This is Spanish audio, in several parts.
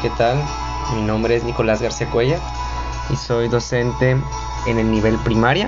¿qué tal? Mi nombre es Nicolás García Cuella y soy docente en el nivel primaria.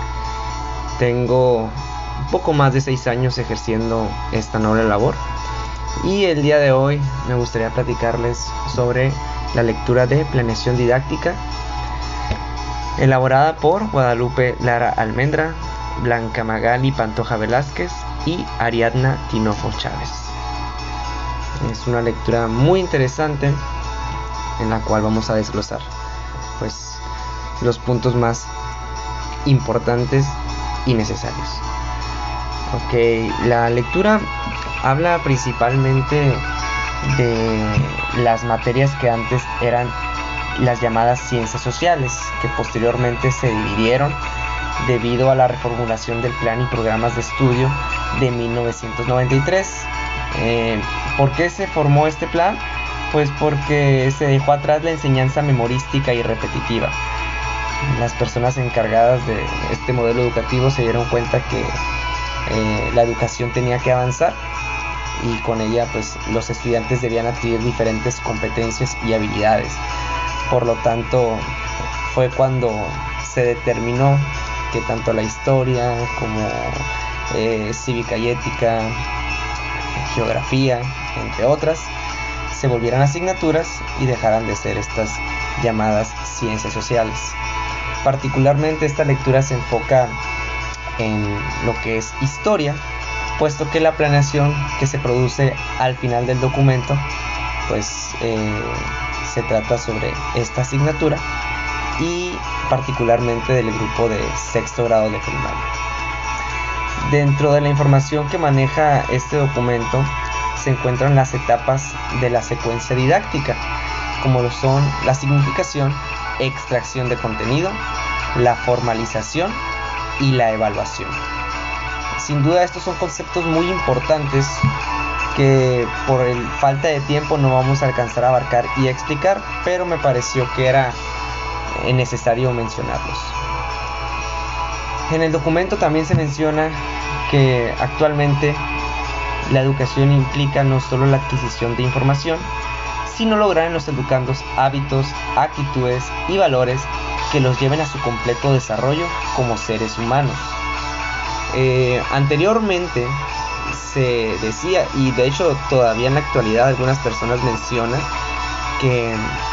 Tengo un poco más de 6 años ejerciendo esta noble labor y el día de hoy me gustaría platicarles sobre la lectura de Planeación Didáctica elaborada por Guadalupe Lara Almendra, Blanca Magali Pantoja Velázquez y Ariadna Tinojo Chávez. Es una lectura muy interesante en la cual vamos a desglosar pues los puntos más importantes y necesarios. La lectura habla principalmente de las materias que antes eran las llamadas ciencias sociales, que posteriormente se dividieron debido a la reformulación del plan y programas de estudio de 1993. ¿Por qué se formó este plan? Pues porque se dejó atrás la enseñanza memorística y repetitiva. Las personas encargadas de este modelo educativo se dieron cuenta que la educación tenía que avanzar y con ella pues los estudiantes debían adquirir diferentes competencias y habilidades. Por lo tanto, fue cuando se determinó que tanto la historia como cívica y ética, geografía, entre otras, se volvieran asignaturas y dejaran de ser estas llamadas ciencias sociales. Particularmente esta lectura se enfoca en lo que es historia, puesto que la planeación que se produce al final del documento pues se trata sobre esta asignatura y particularmente del grupo de sexto grado de primaria. Dentro de la información que maneja este documento se encuentran las etapas de la secuencia didáctica, como lo son la significación, extracción de contenido, la formalización y la evaluación. Sin duda estos son conceptos muy importantes que por falta de tiempo no vamos a alcanzar a abarcar y explicar, pero me pareció que era necesario mencionarlos. En el documento también se menciona que actualmente la educación implica no solo la adquisición de información, sino lograr en los educandos hábitos, actitudes y valores que los lleven a su completo desarrollo como seres humanos. Anteriormente se decía, y de hecho todavía en la actualidad algunas personas mencionan, que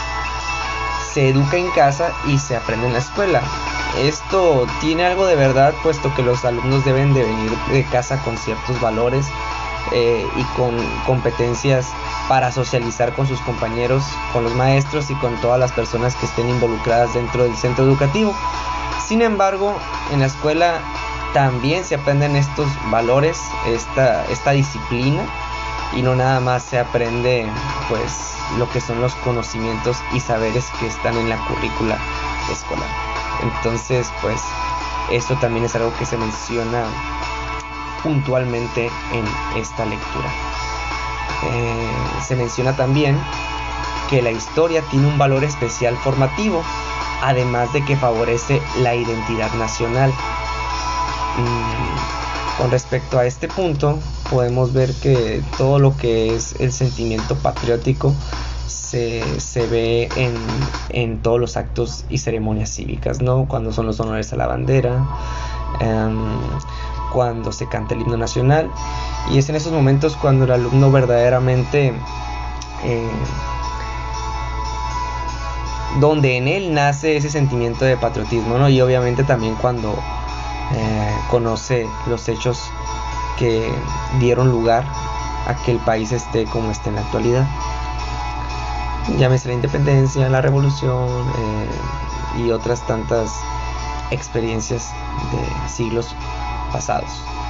se educa en casa y se aprende en la escuela. Esto tiene algo de verdad, puesto que los alumnos deben de venir de casa con ciertos valores y con competencias para socializar con sus compañeros, con los maestros y con todas las personas que estén involucradas dentro del centro educativo. Sin embargo, en la escuela también se aprenden estos valores, esta disciplina, y no nada más se aprende pues lo que son los conocimientos y saberes que están en la currícula escolar. Entonces pues esto también es algo que se menciona puntualmente en esta lectura. Se menciona también que la historia tiene un valor especial formativo, además de que favorece la identidad nacional. Con respecto a este punto, podemos ver que todo lo que es el sentimiento patriótico se ve en todos los actos y ceremonias cívicas, ¿no? Cuando son los honores a la bandera, cuando se canta el himno nacional, y es en esos momentos cuando el alumno verdaderamente donde en él nace ese sentimiento de patriotismo, ¿no? Y obviamente también cuando conoce los hechos que dieron lugar a que el país esté como esté en la actualidad. Llámese la independencia, la revolución y otras tantas experiencias de siglos pasados.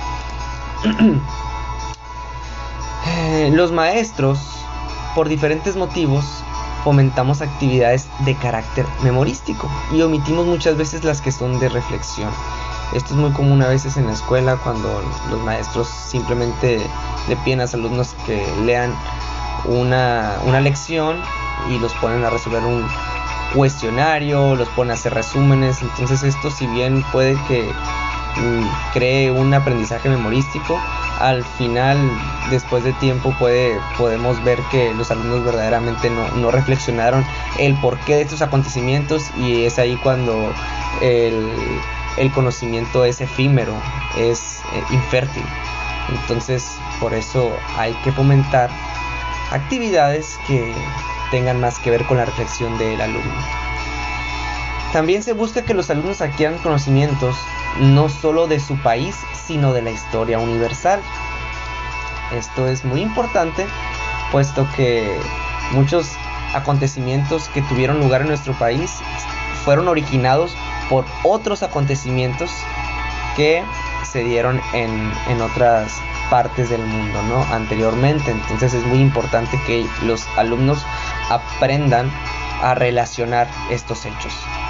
Los maestros, por diferentes motivos, fomentamos actividades de carácter memorístico y omitimos muchas veces las que son de reflexión. Esto es muy común a veces en la escuela, cuando los maestros simplemente le piden a los alumnos que lean una lección y los ponen a resolver un cuestionario, los ponen a hacer resúmenes. Entonces esto, si bien puede que cree un aprendizaje memorístico, al final, después de tiempo, podemos ver que los alumnos verdaderamente no reflexionaron el porqué de estos acontecimientos, y es ahí cuando el conocimiento es efímero, es infértil. Entonces, por eso hay que fomentar actividades que tengan más que ver con la reflexión del alumno. También se busca que los alumnos adquieran conocimientos no solo de su país, sino de la historia universal. Esto es muy importante, puesto que muchos acontecimientos que tuvieron lugar en nuestro país fueron originados por otros acontecimientos que se dieron en otras partes del mundo, ¿no?, anteriormente. Entonces es muy importante que los alumnos aprendan a relacionar estos hechos.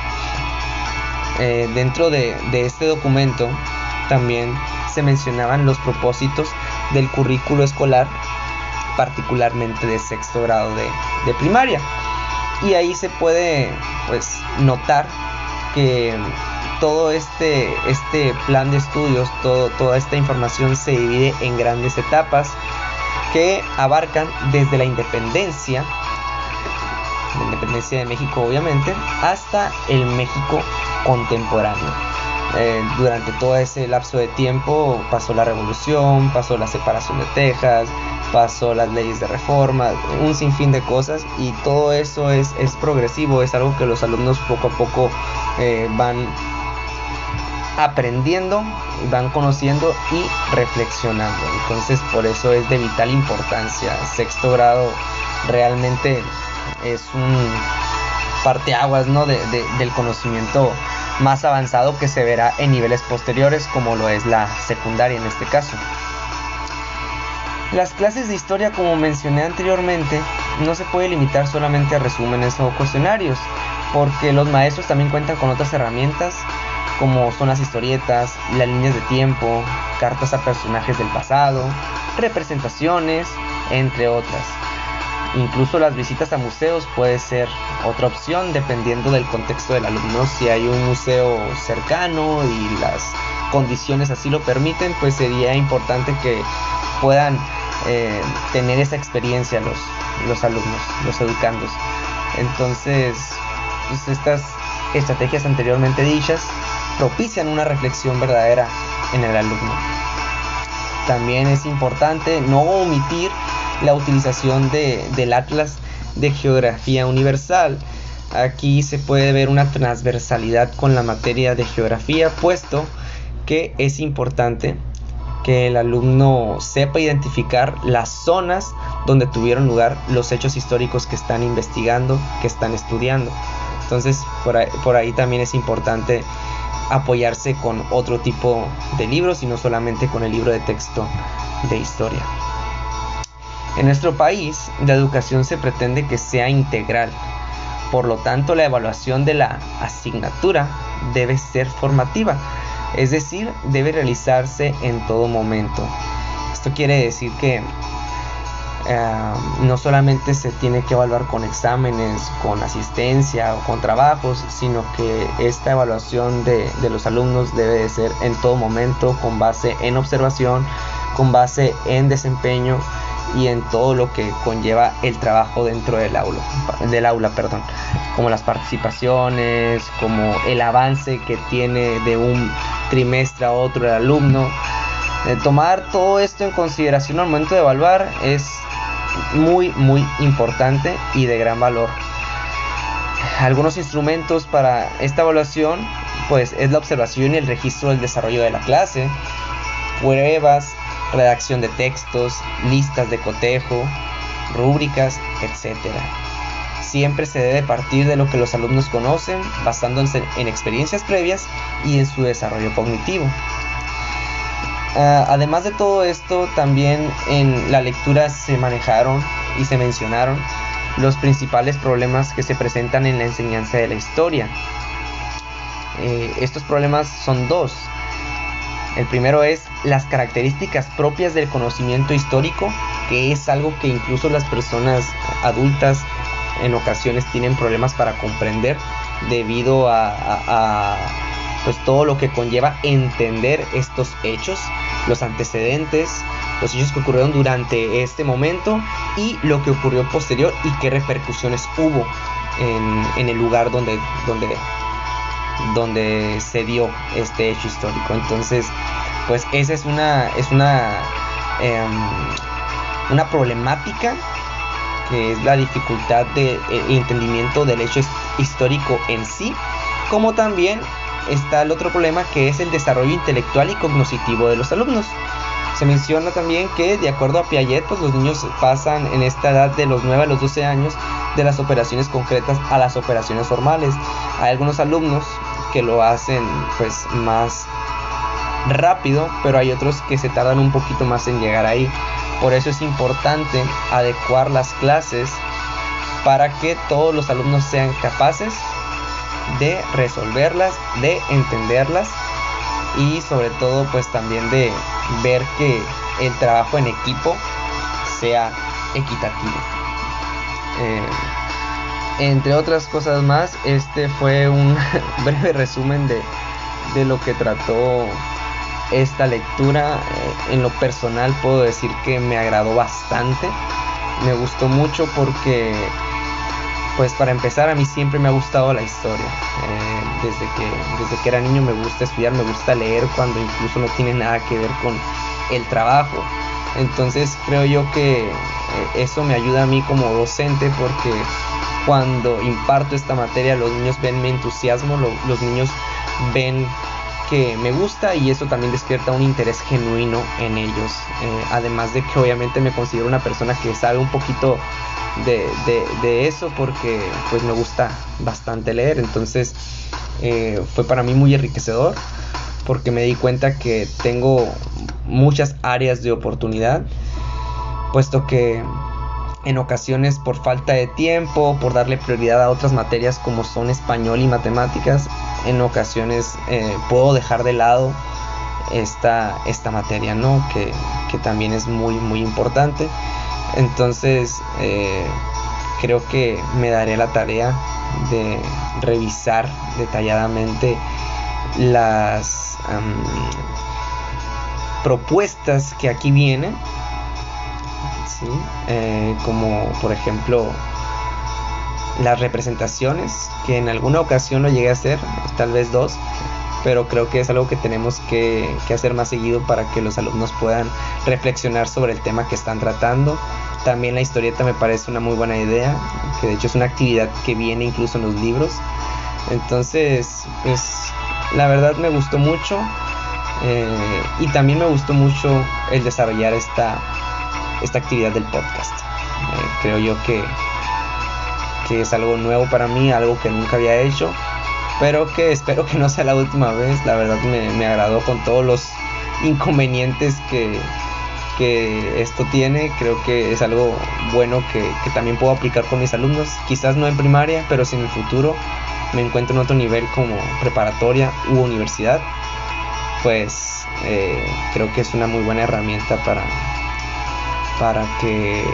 Dentro de este documento también se mencionaban los propósitos del currículo escolar, particularmente de sexto grado de primaria, y ahí se puede notar que todo este plan de estudios, toda esta información se divide en grandes etapas que abarcan desde la independencia de México, obviamente, hasta el México contemporáneo. Durante todo ese lapso de tiempo pasó la revolución, pasó la separación de Texas, pasó las leyes de reforma, un sinfín de cosas, y todo eso es progresivo, es algo que los alumnos poco a poco van aprendiendo, van conociendo y reflexionando. Entonces, por eso es de vital importancia. Sexto grado realmente es un parteaguas, ¿no?, del conocimiento más avanzado que se verá en niveles posteriores, como lo es la secundaria en este caso. Las clases de historia, como mencioné anteriormente, no se puede limitar solamente a resúmenes o cuestionarios, porque los maestros también cuentan con otras herramientas, como son las historietas, las líneas de tiempo, cartas a personajes del pasado, representaciones, entre otras. Incluso las visitas a museos puede ser otra opción, dependiendo del contexto del alumno. Si hay un museo cercano y las condiciones así lo permiten, pues sería importante que puedan tener esa experiencia los alumnos, los educandos. Entonces, pues estas estrategias anteriormente dichas propician una reflexión verdadera en el alumno. También es importante no omitir la utilización del Atlas de Geografía Universal. Aquí se puede ver una transversalidad con la materia de geografía, puesto que es importante que el alumno sepa identificar las zonas donde tuvieron lugar los hechos históricos que están investigando, que están estudiando. Entonces, por ahí también es importante apoyarse con otro tipo de libros y no solamente con el libro de texto de historia. En nuestro país, la educación se pretende que sea integral. Por lo tanto, la evaluación de la asignatura debe ser formativa, es decir, debe realizarse en todo momento. Esto quiere decir que no solamente se tiene que evaluar con exámenes, con asistencia o con trabajos, sino que esta evaluación de los alumnos debe de ser en todo momento, con base en observación, con base en desempeño y en todo lo que conlleva el trabajo dentro del aula, como las participaciones, como el avance que tiene de un trimestre a otro el alumno. Tomar todo esto en consideración al momento de evaluar es muy importante y de gran valor. Algunos instrumentos para esta evaluación pues es la observación y el registro del desarrollo de la clase, pruebas, redacción de textos, listas de cotejo, rúbricas, etc. Siempre se debe partir de lo que los alumnos conocen, basándose en experiencias previas y en su desarrollo cognitivo. Además de todo esto, también en la lectura se manejaron y se mencionaron los principales problemas que se presentan en la enseñanza de la historia. Estos problemas son dos. El primero es las características propias del conocimiento histórico, que es algo que incluso las personas adultas en ocasiones tienen problemas para comprender debido a pues todo lo que conlleva entender estos hechos, los antecedentes, los hechos que ocurrieron durante este momento y lo que ocurrió posterior y qué repercusiones hubo en el lugar donde se dio este hecho histórico. Entonces, pues esa es una problemática, que es la dificultad de entendimiento del hecho histórico en sí, como también está el otro problema, que es el desarrollo intelectual y cognitivo de los alumnos. Se menciona también que, de acuerdo a Piaget, pues los niños pasan en esta edad de los 9 a los 12 años de las operaciones concretas a las operaciones formales. Hay algunos alumnos que lo hacen pues más rápido, pero hay otros que se tardan un poquito más en llegar ahí. Por eso es importante adecuar las clases para que todos los alumnos sean capaces de resolverlas, de entenderlas y sobre todo pues también de ver que el trabajo en equipo sea equitativo. Entre otras cosas más, este fue un breve resumen de lo que trató esta lectura. En lo personal puedo decir que me agradó bastante, me gustó mucho porque, pues para empezar, a mí siempre me ha gustado la historia. Desde que era niño me gusta estudiar, me gusta leer cuando incluso no tiene nada que ver con el trabajo. Entonces creo yo que eso me ayuda a mí como docente, porque cuando imparto esta materia los niños ven mi entusiasmo, los niños ven que me gusta, y eso también despierta un interés genuino en ellos. Además de que obviamente me considero una persona que sabe un poquito de eso, porque pues me gusta bastante leer. Entonces fue para mí muy enriquecedor, porque me di cuenta que tengo muchas áreas de oportunidad, puesto que en ocasiones, por falta de tiempo, por darle prioridad a otras materias como son español y matemáticas, en ocasiones puedo dejar de lado esta materia, ¿no? Que también es muy muy importante. Entonces creo que me daré la tarea de revisar detalladamente las propuestas que aquí vienen, ¿sí? Como por ejemplo las representaciones, que en alguna ocasión lo llegué a hacer, tal vez 2, pero creo que es algo que tenemos que hacer más seguido para que los alumnos puedan reflexionar sobre el tema que están tratando. También la historieta me parece una muy buena idea, que de hecho es una actividad que viene incluso en los libros. Entonces, pues la verdad me gustó mucho, y también me gustó mucho el desarrollar esta actividad del podcast. Creo yo que es algo nuevo para mí, algo que nunca había hecho, pero que espero que no sea la última vez. La verdad me agradó, con todos los inconvenientes que esto tiene. Creo que es algo bueno que también puedo aplicar con mis alumnos, quizás no en primaria, pero si en el futuro me encuentro en otro nivel como preparatoria u universidad, pues creo que es una muy buena herramienta para que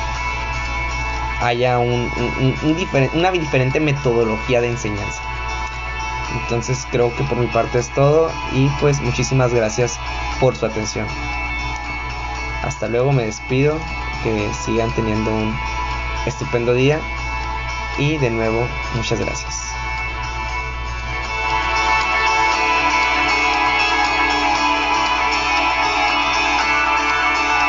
haya una diferente metodología de enseñanza. Entonces creo que por mi parte es todo, y pues muchísimas gracias por su atención. Hasta luego, me despido, que sigan teniendo un estupendo día, y de nuevo muchas gracias.